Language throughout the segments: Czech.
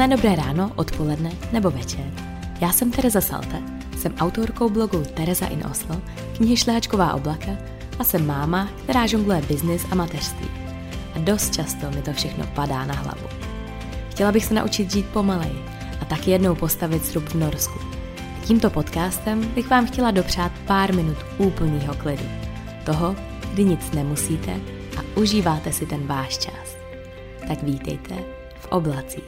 Krásné dobré ráno, odpoledne nebo večer. Já jsem Tereza Salte, jsem autorkou blogu Tereza in Oslo, knihy Šlehačková oblaka a jsem máma, která žongluje biznis a mateřství. A dost často mi to všechno padá na hlavu. Chtěla bych se naučit žít pomaleji a taky jednou postavit srub v Norsku. Tímto podcastem bych vám chtěla dopřát pár minut úplného klidu. Toho, kdy nic nemusíte a užíváte si ten váš čas. Tak vítejte v oblacích.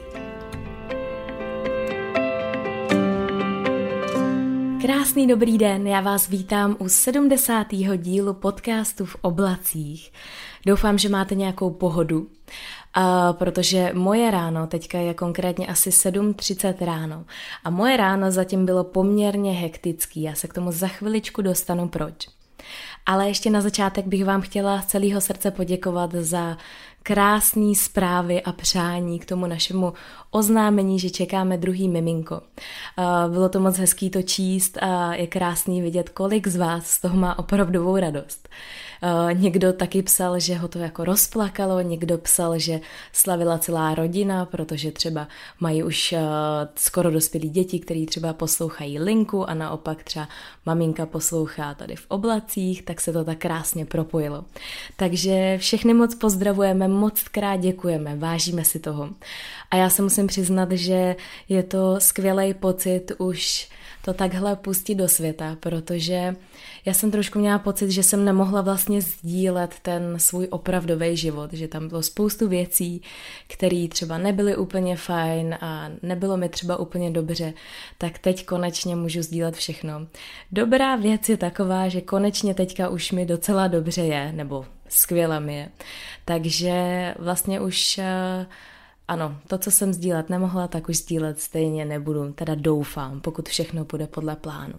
Krásný dobrý den, já vás vítám u 70. dílu podcastu v oblacích. Doufám, že máte nějakou pohodu, protože moje ráno teďka je konkrétně asi 7:30 ráno a moje ráno zatím bylo poměrně hektický, já se k tomu za chviličku dostanu proč. Ale ještě na začátek bych vám chtěla z celého srdce poděkovat za krásné zprávy a přání k tomu našemu oznámení, že čekáme druhý miminko. Bylo to moc hezký to číst a je krásný vidět, kolik z vás z toho má opravdovou radost. Někdo taky psal, že ho to jako rozplakalo, někdo psal, že slavila celá rodina, protože třeba mají už skoro dospělí děti, který třeba poslouchají linku a naopak třeba maminka poslouchá tady v oblacích, tak se to tak krásně propojilo. Takže všechny moc pozdravujeme, moc krát děkujeme, vážíme si toho. A já se musím přiznat, že je to skvělý pocit už to takhle pustit do světa, protože já jsem trošku měla pocit, že jsem nemohla vlastně sdílet ten svůj opravdový život, že tam bylo spoustu věcí, které třeba nebyly úplně fajn a nebylo mi třeba úplně dobře, tak teď konečně můžu sdílet všechno. Dobrá věc je taková, že konečně teďka už mi docela dobře je, nebo skvěle mi je. Takže vlastně už ano, to, co jsem sdílet nemohla, tak už sdílet stejně nebudu, teda doufám, pokud všechno půjde podle plánu.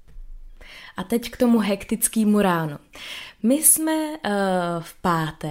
A teď k tomu hektickému ránu. My jsme v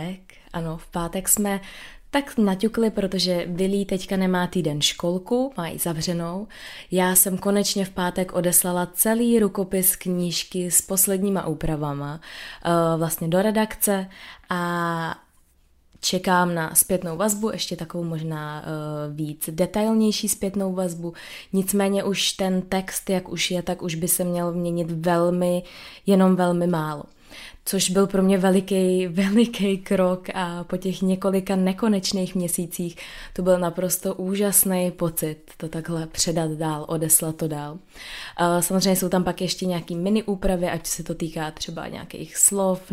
pátek jsme tak naťukli, protože Vilí teďka nemá týden školku, má ji zavřenou. Já jsem konečně v pátek odeslala celý rukopis knížky s posledníma úpravama vlastně do redakce a čekám na zpětnou vazbu, ještě takovou možná víc detailnější zpětnou vazbu, nicméně už ten text, jak už je, tak už by se měl měnit jenom velmi málo. Což byl pro mě veliký krok a po těch několika nekonečných měsících to byl naprosto úžasný pocit to takhle předat dál, odeslat to dál. Samozřejmě jsou tam pak ještě nějaký mini úpravy, ať se to týká třeba nějakých slov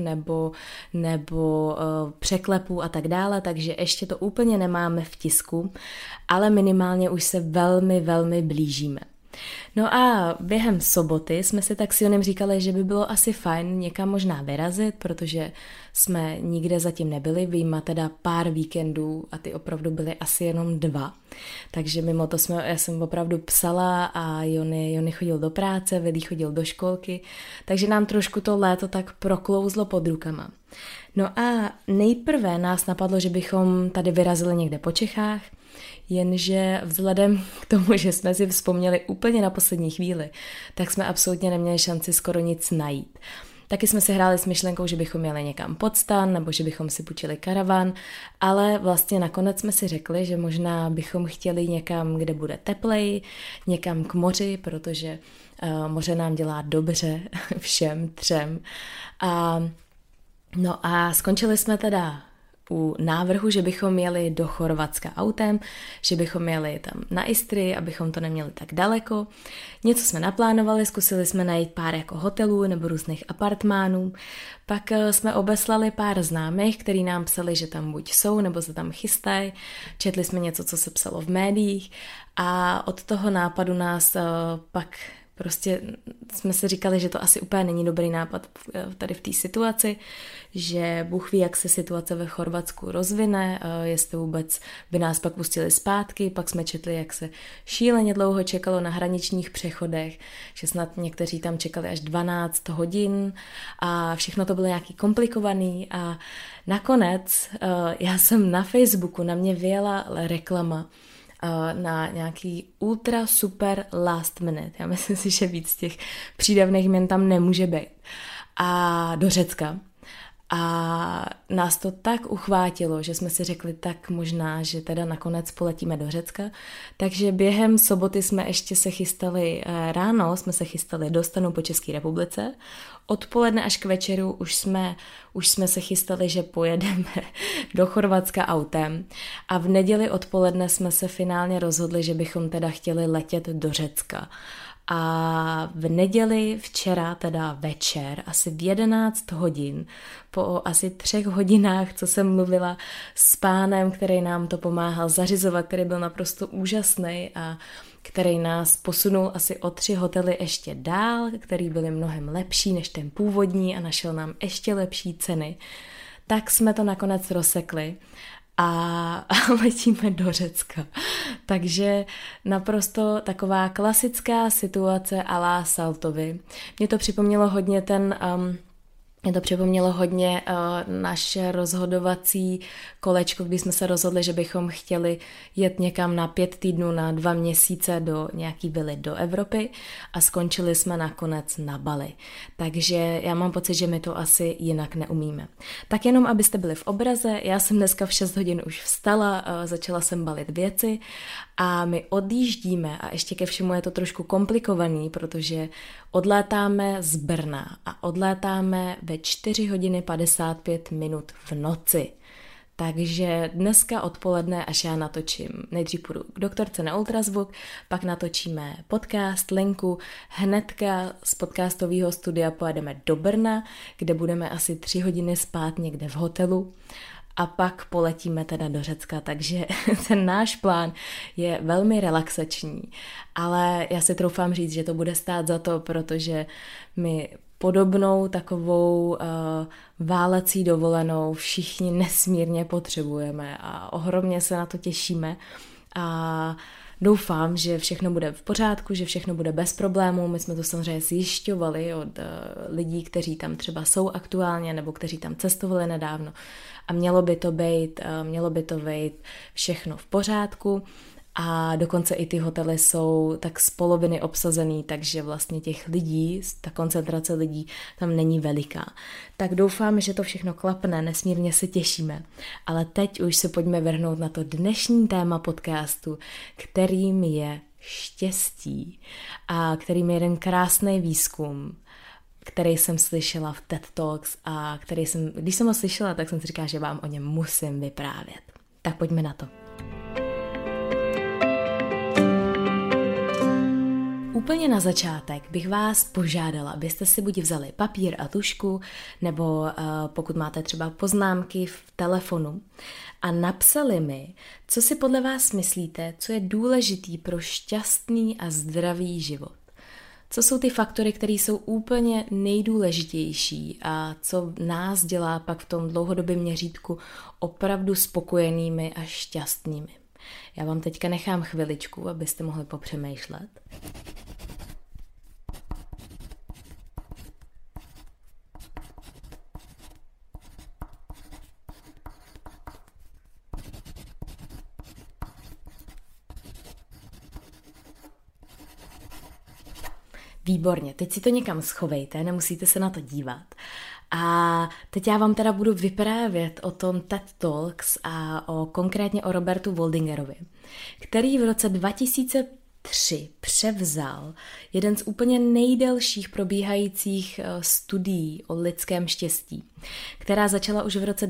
nebo překlepů a tak dále, takže ještě to úplně nemáme v tisku, ale minimálně už se velmi blížíme. No a během soboty jsme si tak s Jonem říkali, že by bylo asi fajn někam možná vyrazit, protože jsme nikde zatím nebyli, vyjma teda pár víkendů a ty opravdu byly asi jenom 2. Takže mimo to já jsem opravdu psala a Jony chodil do práce, Vilí chodil do školky, takže nám trošku to léto tak proklouzlo pod rukama. No a nejprve nás napadlo, že bychom tady vyrazili někde po Čechách, jenže vzhledem k tomu, že jsme si vzpomněli úplně na poslední chvíli, tak jsme absolutně neměli šanci skoro nic najít. Taky jsme si hráli s myšlenkou, že bychom jeli někam pod stan, nebo že bychom si půjčili karavan, ale vlastně nakonec jsme si řekli, že možná bychom chtěli někam, kde bude teplej, někam k moři, protože moře nám dělá dobře všem třem. No a skončili jsme teda u návrhu, že bychom jeli do Chorvatska autem, že bychom jeli tam na Istrii, abychom to neměli tak daleko. Něco jsme naplánovali, zkusili jsme najít pár jako hotelů nebo různých apartmánů. Pak jsme obeslali pár známých, který nám psali, že tam buď jsou, nebo se tam chystají. Četli jsme něco, co se psalo v médiích a od toho nápadu nás pak prostě jsme si říkali, že to asi úplně není dobrý nápad tady v té situaci, že Bůh ví, jak se situace ve Chorvatsku rozvine, jestli vůbec by nás pak pustili zpátky, pak jsme četli, jak se šíleně dlouho čekalo na hraničních přechodech, že snad někteří tam čekali až 12 hodin a všechno to bylo nějaký komplikovaný a nakonec já jsem na Facebooku, na mě vyjela reklama na nějaký ultra super last minute. Já myslím si, že víc těch přídavných jmen tam nemůže být. A do Řecka. A nás to tak uchvátilo, že jsme si řekli tak možná, že teda nakonec poletíme do Řecka. Takže během soboty jsme ještě se chystali, ráno jsme se chystali do stanu po České republice. Odpoledne až k večeru už jsme se chystali, že pojedeme do Chorvatska autem. A v neděli odpoledne jsme se finálně rozhodli, že bychom teda chtěli letět do Řecka. A v neděli včera, teda večer, asi v 11 hodin, po asi 3 hodinách, co jsem mluvila s pánem, který nám to pomáhal zařizovat, který byl naprosto úžasný a který nás posunul asi o 3 hotely ještě dál, který byly mnohem lepší než ten původní a našel nám ještě lepší ceny, tak jsme to nakonec rozsekli a letíme do Řecka. Takže naprosto taková klasická situace à la Saltovi. Mě to připomnělo hodně naše rozhodovací kolečko, kdy jsme se rozhodli, že bychom chtěli jet někam na 5 týdnů, na 2 měsíce do nějaký vily do Evropy a skončili jsme nakonec na Bali. Takže já mám pocit, že my to asi jinak neumíme. Tak jenom, abyste byli v obraze, já jsem dneska v 6 hodin už vstala, začala jsem balit věci a my odjíždíme a ještě ke všemu je to trošku komplikovaný, protože odlétáme z Brna a odlétáme ve 4 hodiny 55 minut v noci. Takže dneska odpoledne, až já natočím, nejdřív půjdu k doktorce na ultrazvuk, pak natočíme podcast, linku, hnedka z podcastového studia pojedeme do Brna, kde budeme asi 3 hodiny spát někde v hotelu a pak poletíme teda do Řecka, takže ten náš plán je velmi relaxační, ale já si troufám říct, že to bude stát za to, protože my podobnou takovou válecí dovolenou všichni nesmírně potřebujeme a ohromně se na to těšíme a doufám, že všechno bude v pořádku, že všechno bude bez problémů. My jsme to samozřejmě zjišťovali od lidí, kteří tam třeba jsou aktuálně nebo kteří tam cestovali nedávno a mělo by to být všechno v pořádku. A dokonce i ty hotely jsou tak z poloviny obsazený, takže vlastně těch lidí, ta koncentrace lidí tam není veliká. Tak doufám, že to všechno klapne, nesmírně se těšíme. Ale teď už se pojďme vrhnout na to dnešní téma podcastu, kterým je štěstí a kterým je jeden krásný výzkum, který jsem slyšela v TED Talks a když jsem ho slyšela, tak jsem si říkala, že vám o něm musím vyprávět. Tak pojďme na to. Úplně na začátek bych vás požádala, abyste si buď vzali papír a tužku, nebo pokud máte třeba poznámky v telefonu a napsali mi, co si podle vás myslíte, co je důležitý pro šťastný a zdravý život. Co jsou ty faktory, které jsou úplně nejdůležitější a co nás dělá pak v tom dlouhodobém měřítku opravdu spokojenými a šťastnými. Já vám teďka nechám chviličku, abyste mohli popřemýšlet. Výborně, teď si to někam schovejte, nemusíte se na to dívat. A teď já vám teda budu vyprávět o tom TED Talks a konkrétně o Robertu Waldingerovi, který v roce 2003 převzal jeden z úplně nejdelších probíhajících studií o lidském štěstí, která začala už v roce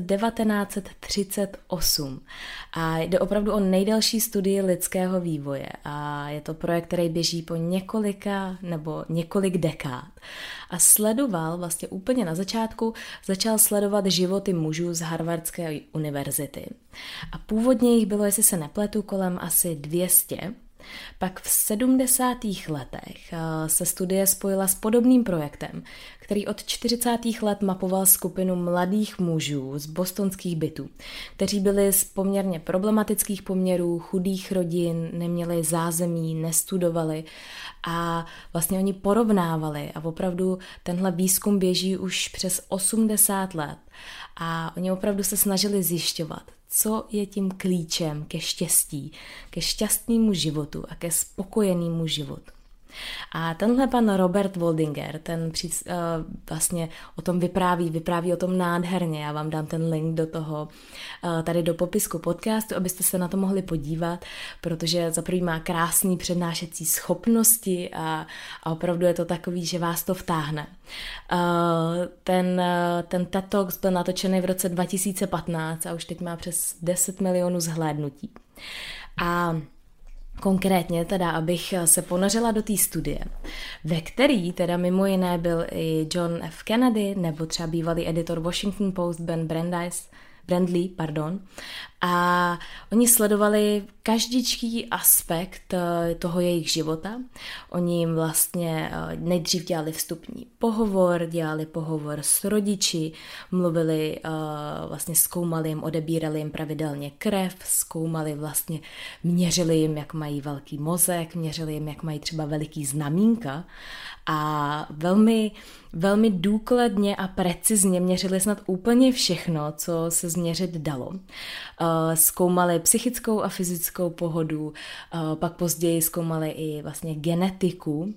1938 a jde opravdu o nejdelší studii lidského vývoje a je to projekt, který běží po několik dekád a sledoval vlastně úplně na začátku, začal sledovat životy mužů z Harvardské univerzity a původně jich bylo, jestli se nepletu, kolem asi 200. Pak v 70. letech se studie spojila s podobným projektem, který od 40. let mapoval skupinu mladých mužů z bostonských bytů, kteří byli z poměrně problematických poměrů, chudých rodin, neměli zázemí, nestudovali a vlastně oni porovnávali a opravdu tenhle výzkum běží už přes 80 let a oni opravdu se snažili zjišťovat, co je tím klíčem ke štěstí, ke šťastnému životu a ke spokojenému životu. A tenhle pan Robert Waldinger, ten vlastně o tom vypráví o tom nádherně. Já vám dám ten link do toho, tady do popisku podcastu, abyste se na to mohli podívat, protože za prvý má krásný přednášecí schopnosti a opravdu je to takový, že vás to vtáhne. Ten TED Talks byl natočený v roce 2015 a už teď má přes 10 milionů zhlédnutí. A konkrétně teda, abych se ponořila do té studie, ve který teda mimo jiné byl i John F. Kennedy, nebo třeba bývalý editor Washington Post Ben Brandley, a oni sledovali každičký aspekt toho jejich života. Oni jim vlastně nejdřív dělali vstupní pohovor, dělali pohovor s rodiči, mluvili, vlastně zkoumali jim, odebírali jim pravidelně krev, zkoumali vlastně, měřili jim, jak mají velký mozek, měřili jim, jak mají třeba veliký znamínka a velmi, velmi důkladně a precizně měřili snad úplně všechno, co se změřit dalo. Zkoumali psychickou a fyzickou pohodu, pak později zkoumali i vlastně genetiku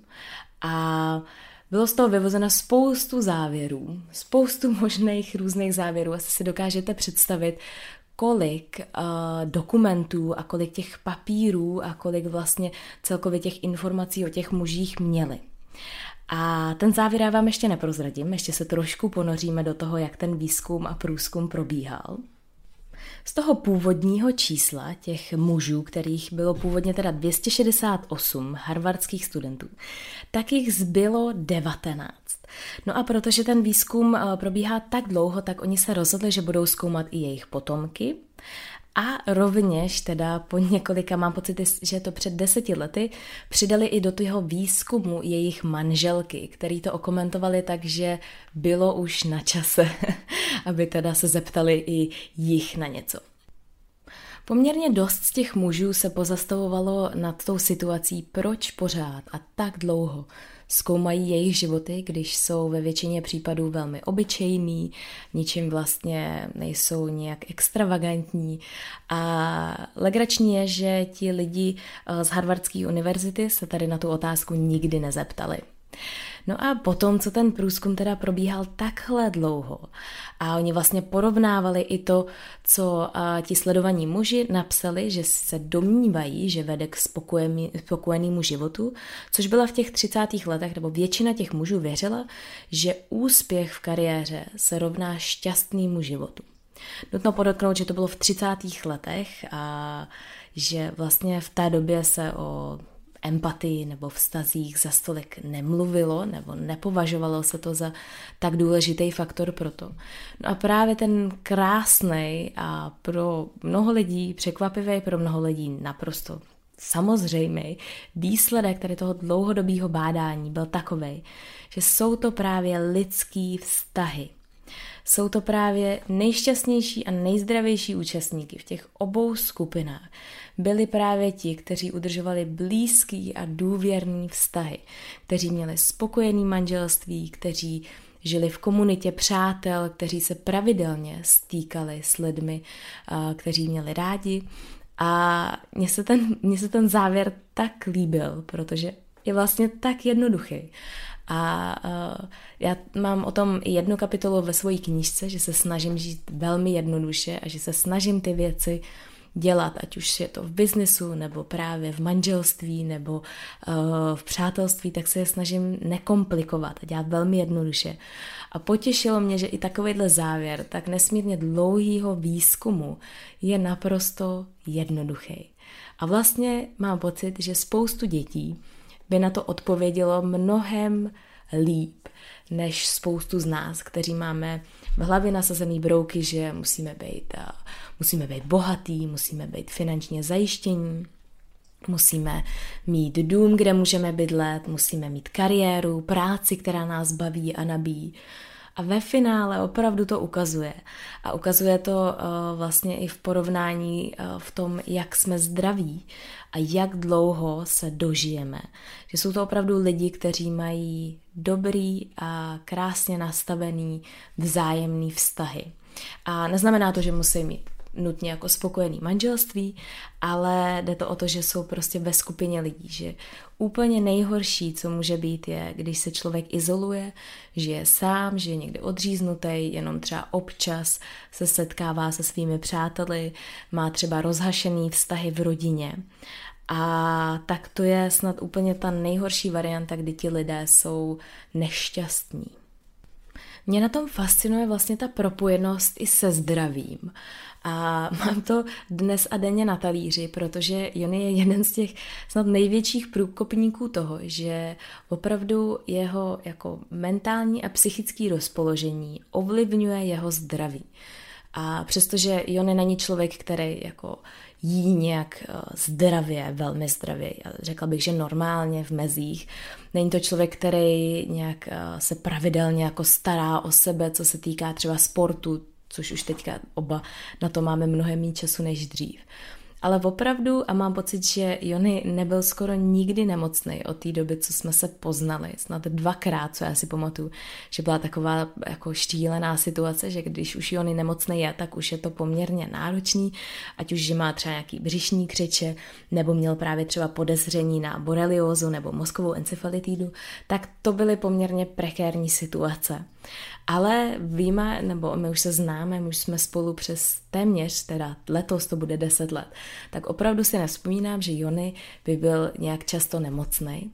a bylo z toho vyvozeno spoustu závěrů, spoustu možných různých závěrů. Asi si dokážete představit, kolik dokumentů a kolik těch papírů a kolik vlastně celkově těch informací o těch mužích měli. A ten závěr já vám ještě neprozradím, ještě se trošku ponoříme do toho, jak ten výzkum a průzkum probíhal. Z toho původního čísla těch mužů, kterých bylo původně teda 268 harvardských studentů, tak jich zbylo 19. No a protože ten výzkum probíhá tak dlouho, tak oni se rozhodli, že budou zkoumat i jejich potomky. A rovněž teda po několika, mám pocit, že to před 10 lety, přidali i do toho výzkumu jejich manželky, který to okomentovali tak, že bylo už na čase, aby teda se zeptali i jich na něco. Poměrně dost z těch mužů se pozastavovalo nad tou situací, proč pořád a tak dlouho zkoumají jejich životy, když jsou ve většině případů velmi obyčejný, ničím vlastně nejsou nějak extravagantní. A legrační je, že ti lidi z Harvardské univerzity se tady na tu otázku nikdy nezeptali. No a potom, co ten průzkum teda probíhal takhle dlouho a oni vlastně porovnávali i to, co ti sledovaní muži napsali, že se domnívají, že vede k spokojenému životu, což byla v těch 30. letech, nebo většina těch mužů věřila, že úspěch v kariéře se rovná šťastnému životu. Nutno podotknout, že to bylo v 30. letech a že vlastně v té době se o empatii nebo vztazích za stolik nemluvilo nebo nepovažovalo se to za tak důležitý faktor pro to. No a právě ten krásnej a pro mnoho lidí, překvapivý pro mnoho lidí naprosto samozřejmý výsledek tady toho dlouhodobého bádání byl takovej, že jsou to právě lidský vztahy. Jsou to právě nejšťastnější a nejzdravější účastníky v těch obou skupinách. Byli právě ti, kteří udržovali blízký a důvěrný vztahy, kteří měli spokojený manželství, kteří žili v komunitě přátel, kteří se pravidelně stýkali s lidmi, kteří měli rádi. A mně se ten závěr tak líbil, protože je vlastně tak jednoduchý. A já mám o tom jednu kapitolu ve své knížce, že se snažím žít velmi jednoduše a že se snažím ty věci dělat, ať už je to v biznesu, nebo právě v manželství, nebo v přátelství, tak se je snažím nekomplikovat a dělat velmi jednoduše. A potěšilo mě, že i takovýhle závěr tak nesmírně dlouhýho výzkumu je naprosto jednoduchý. A vlastně mám pocit, že spoustu dětí by na to odpovědělo mnohem líp, než spoustu z nás, kteří máme v hlavě nasazený brouky, že musíme být bohatý, musíme být finančně zajištění, musíme mít dům, kde můžeme bydlet, musíme mít kariéru, práci, která nás baví a nabíjí. A ve finále opravdu to ukazuje. A ukazuje to vlastně i v porovnání v tom, jak jsme zdraví a jak dlouho se dožijeme. Že jsou to opravdu lidi, kteří mají dobrý a krásně nastavený vzájemný vztahy. A neznamená to, že musí mít nutně jako spokojený manželství, ale jde to o to, že jsou prostě ve skupině lidí, že úplně nejhorší, co může být, je, když se člověk izoluje, žije sám, žije někde odříznutý, jenom třeba občas se setkává se svými přáteli, má třeba rozhašený vztahy v rodině. A tak to je snad úplně ta nejhorší varianta, kdy ti lidé jsou nešťastní. Mě na tom fascinuje vlastně ta propojenost i se zdravím. A mám to dnes a denně na talíři, protože Joni je jeden z těch snad největších průkopníků toho, že opravdu jeho jako mentální a psychické rozpoložení ovlivňuje jeho zdraví. A přestože Joni není člověk, který jako jí nějak zdravě, velmi zdravě, řekla bych, že normálně v mezích. Není to člověk, který nějak se pravidelně jako stará o sebe, co se týká třeba sportu, což už teďka oba na to máme mnohem méně času než dřív. Ale opravdu, a mám pocit, že Joni nebyl skoro nikdy nemocný od té doby, co jsme se poznali. Snad 2krát, co já si pamatuju, že byla taková jako štílená situace, že když už Joni nemocný je, tak už je to poměrně náročný, ať už, že má třeba nějaký břišní křeče, nebo měl právě třeba podezření na boreliózu nebo mozkovou encefalitidu, tak to byly poměrně prekérní situace. Ale víme, nebo my už se známe, my už jsme spolu přes téměř, teda letos to bude 10 let, tak opravdu si nevzpomínám, že Joni by byl nějak často nemocnej.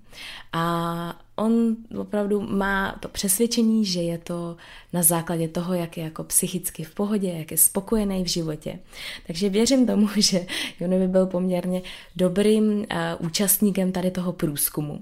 A on opravdu má to přesvědčení, že je to na základě toho, jak je jako psychicky v pohodě, jak je spokojený v životě. Takže věřím tomu, že Joni by byl poměrně dobrým účastníkem tady toho průzkumu.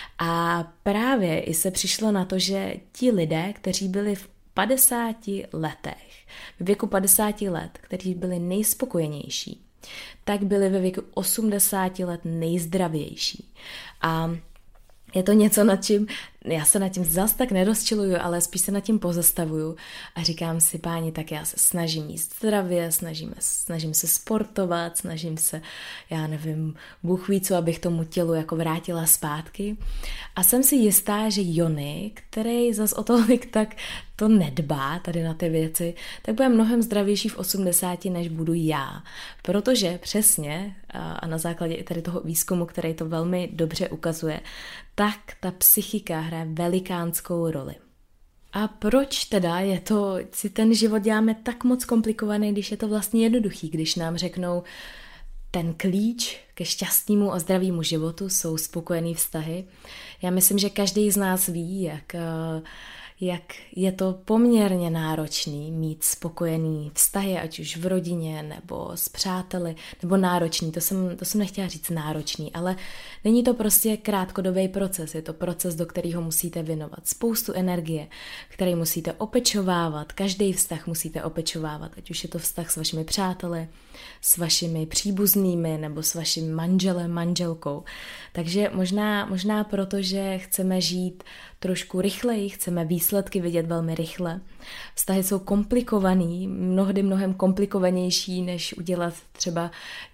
A právě i se přišlo na to, že ti lidé, kteří byli v 50 letech, ve věku 50 let, kteří byli nejspokojenější, tak byli ve věku 80 let nejzdravější. A je to něco, nad čím já se nad tím zas tak nerozčiluju, ale spíš se nad tím pozastavuju a říkám si, páni, tak já se snažím jíst zdravě, snažím se sportovat, snažím se, já nevím, Bůh ví co, abych tomu tělu jako vrátila zpátky. A jsem si jistá, že Joni, který zas o tolik tak to nedbá tady na ty věci, tak bude mnohem zdravější v 80, než budu já. Protože přesně, a na základě i tady toho výzkumu, který to velmi dobře ukazuje, tak ta psychika hraje velikánskou roli. A proč teda je to, si ten život děláme tak moc komplikovaný, když je to vlastně jednoduchý, když nám řeknou, ten klíč ke šťastnému a zdravému životu jsou spokojený vztahy. Já myslím, že každý z nás ví, jak je to poměrně náročný mít spokojený vztahy, ať už v rodině, nebo s přáteli, nebo náročný, to jsem nechtěla říct náročný, ale není to prostě krátkodobý proces, je to proces, do kterého musíte věnovat spoustu energie, který musíte opečovávat, každý vztah musíte opečovávat, ať už je to vztah s vašimi přáteli, s vašimi příbuznými, nebo s vaším manželem, manželkou. Takže možná proto, že chceme žít trošku rychleji, chceme výsledky vidět velmi rychle. Vztahy jsou komplikovaný, mnohdy mnohem komplikovanější, než udělat třeba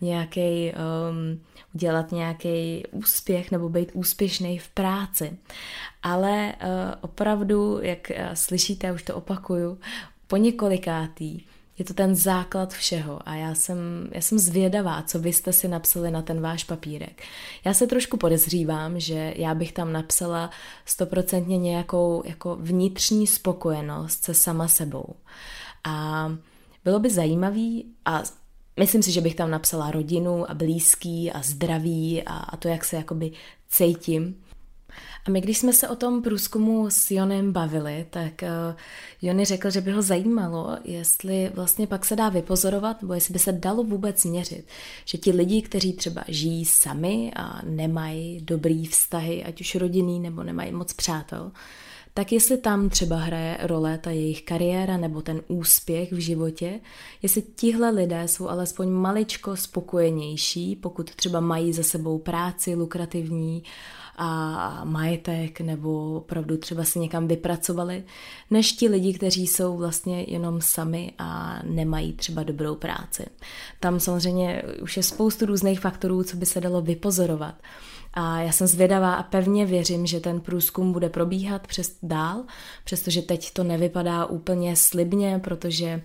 nějaký úspěch nebo být úspěšný v práci. Ale opravdu, jak slyšíte, už to opakuju, po několikátý, je to ten základ všeho a já jsem zvědavá, co vy jste si napsali na ten váš papírek. Já se trošku podezřívám, že já bych tam napsala 100% nějakou jako vnitřní spokojenost se sama sebou. A bylo by zajímavý a myslím si, že bych tam napsala rodinu a blízký a zdraví a to, jak se jakoby cítím. A my, když jsme se o tom průzkumu s Jonem bavili, tak Joni řekl, že by ho zajímalo, jestli vlastně pak se dá vypozorovat, nebo jestli by se dalo vůbec měřit, že ti lidi, kteří třeba žijí sami a nemají dobrý vztahy, ať už rodinný, nebo nemají moc přátel, tak jestli tam třeba hraje role ta jejich kariéra nebo ten úspěch v životě, jestli tihle lidé jsou alespoň maličko spokojenější, pokud třeba mají za sebou práci lukrativní a majetek nebo opravdu třeba si někam vypracovali, než ti lidi, kteří jsou vlastně jenom sami a nemají třeba dobrou práci. Tam samozřejmě už je spoustu různých faktorů, co by se dalo vypozorovat. A já jsem zvědavá a pevně věřím, že ten průzkum bude probíhat dál, přestože teď to nevypadá úplně slibně, protože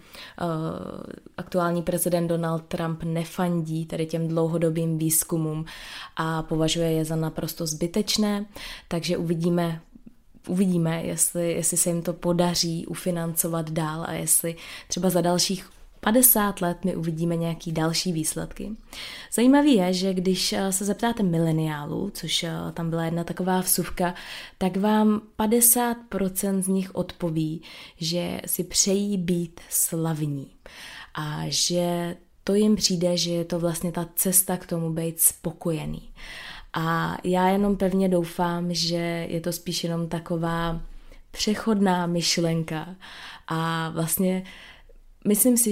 aktuální prezident Donald Trump nefandí tady těm dlouhodobým výzkumům a považuje je za naprosto zbytečné, takže uvidíme, jestli se jim to podaří ufinancovat dál a jestli třeba za dalších 50 let my uvidíme nějaký další výsledky. Zajímavý je, že když se zeptáte mileniálů, což tam byla jedna taková vsuvka, tak vám 50% z nich odpoví, že si přejí být slavní a že to jim přijde, že je to vlastně ta cesta k tomu být spokojený. A já jenom pevně doufám, že je to spíš jenom taková přechodná myšlenka a vlastně myslím si,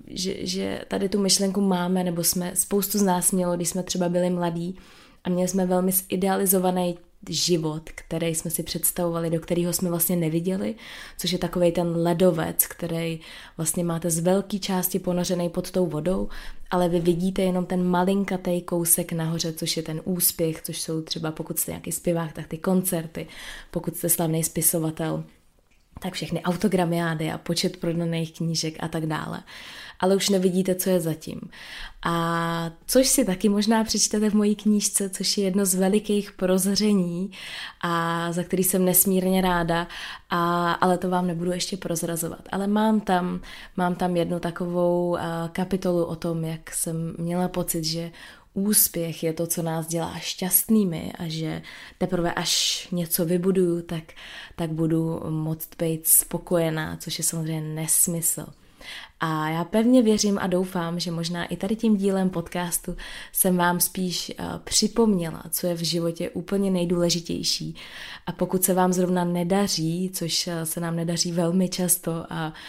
že tady tu myšlenku máme, nebo spoustu z nás mělo, když jsme třeba byli mladí a měli jsme velmi zidealizovaný život, který jsme si představovali, do kterého jsme vlastně neviděli, což je takovej ten ledovec, který vlastně máte z velké části ponořený pod tou vodou, ale vy vidíte jenom ten malinkatej kousek nahoře, což je ten úspěch, což jsou třeba, pokud jste nějaký zpěvák, tak ty koncerty, pokud jste slavný spisovatel, tak všechny autogramiády a počet prodaných knížek a tak dále. Ale už nevidíte, co je zatím. A což si taky možná přečtete v mojí knížce, což je jedno z velikých prozření a za který jsem nesmírně ráda, ale to vám nebudu ještě prozrazovat. Ale mám tam jednu takovou kapitolu o tom, jak jsem měla pocit, že úspěch je to, co nás dělá šťastnými a že teprve až něco vybuduju, tak budu moct být spokojená, což je samozřejmě nesmysl. A já pevně věřím a doufám, že možná i tady tím dílem podcastu jsem vám spíš připomněla, co je v životě úplně nejdůležitější. A pokud se vám zrovna nedaří, což se nám nedaří velmi často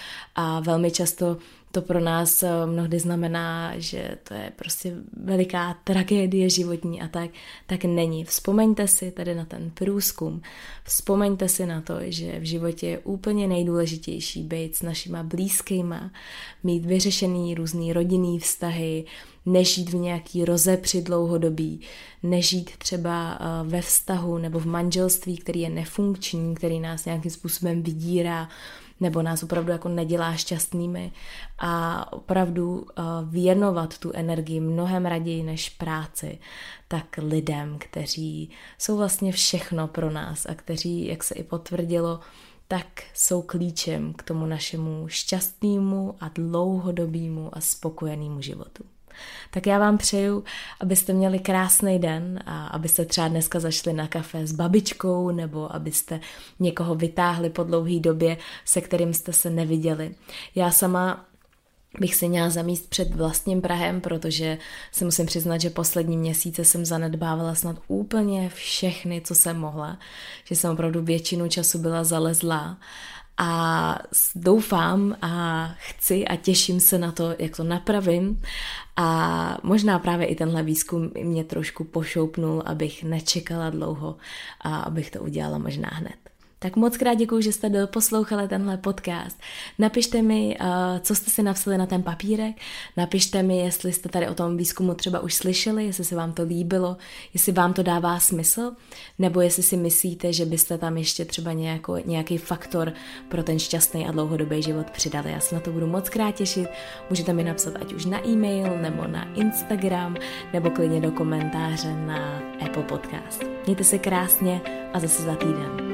a velmi často to pro nás mnohdy znamená, že to je prostě veliká tragédie životní a tak není. Vzpomeňte si tady na ten průzkum, vzpomeňte si na to, že v životě je úplně nejdůležitější být s našima blízkýma, mít vyřešený různý rodinný vztahy, nežít v nějaký rozepři dlouhodobí, nežít třeba ve vztahu nebo v manželství, který je nefunkční, který nás nějakým způsobem vydírá, nebo nás opravdu jako nedělá šťastnými a opravdu věnovat tu energii mnohem raději než práci, tak lidem, kteří jsou vlastně všechno pro nás a kteří, jak se i potvrdilo, tak jsou klíčem k tomu našemu šťastnému a dlouhodobému a spokojenému životu. Tak já vám přeju, abyste měli krásný den a abyste třeba dneska zašli na kafe s babičkou nebo abyste někoho vytáhli po dlouhé době, se kterým jste se neviděli. Já sama bych si měla zamíst před vlastním prahem, protože si musím přiznat, že poslední měsíce jsem zanedbávala snad úplně všechny, co jsem mohla, že jsem opravdu většinu času byla zalezlá. A doufám a chci a těším se na to, jak to napravím a možná právě i tenhle výzkum mě trošku pošoupnul, abych nečekala dlouho a abych to udělala možná hned. Tak moc krát děkuju, že jste doposlouchali tenhle podcast. Napište mi, co jste si napsali na ten papírek, napište mi, jestli jste tady o tom výzkumu třeba už slyšeli, jestli se vám to líbilo, jestli vám to dává smysl, nebo jestli si myslíte, že byste tam ještě třeba nějaký faktor pro ten šťastný a dlouhodobý život přidali. Já se na to budu moc krát těšit, můžete mi napsat ať už na e-mail, nebo na Instagram, nebo klidně do komentáře na Apple Podcast. Mějte se krásně a zase za týden.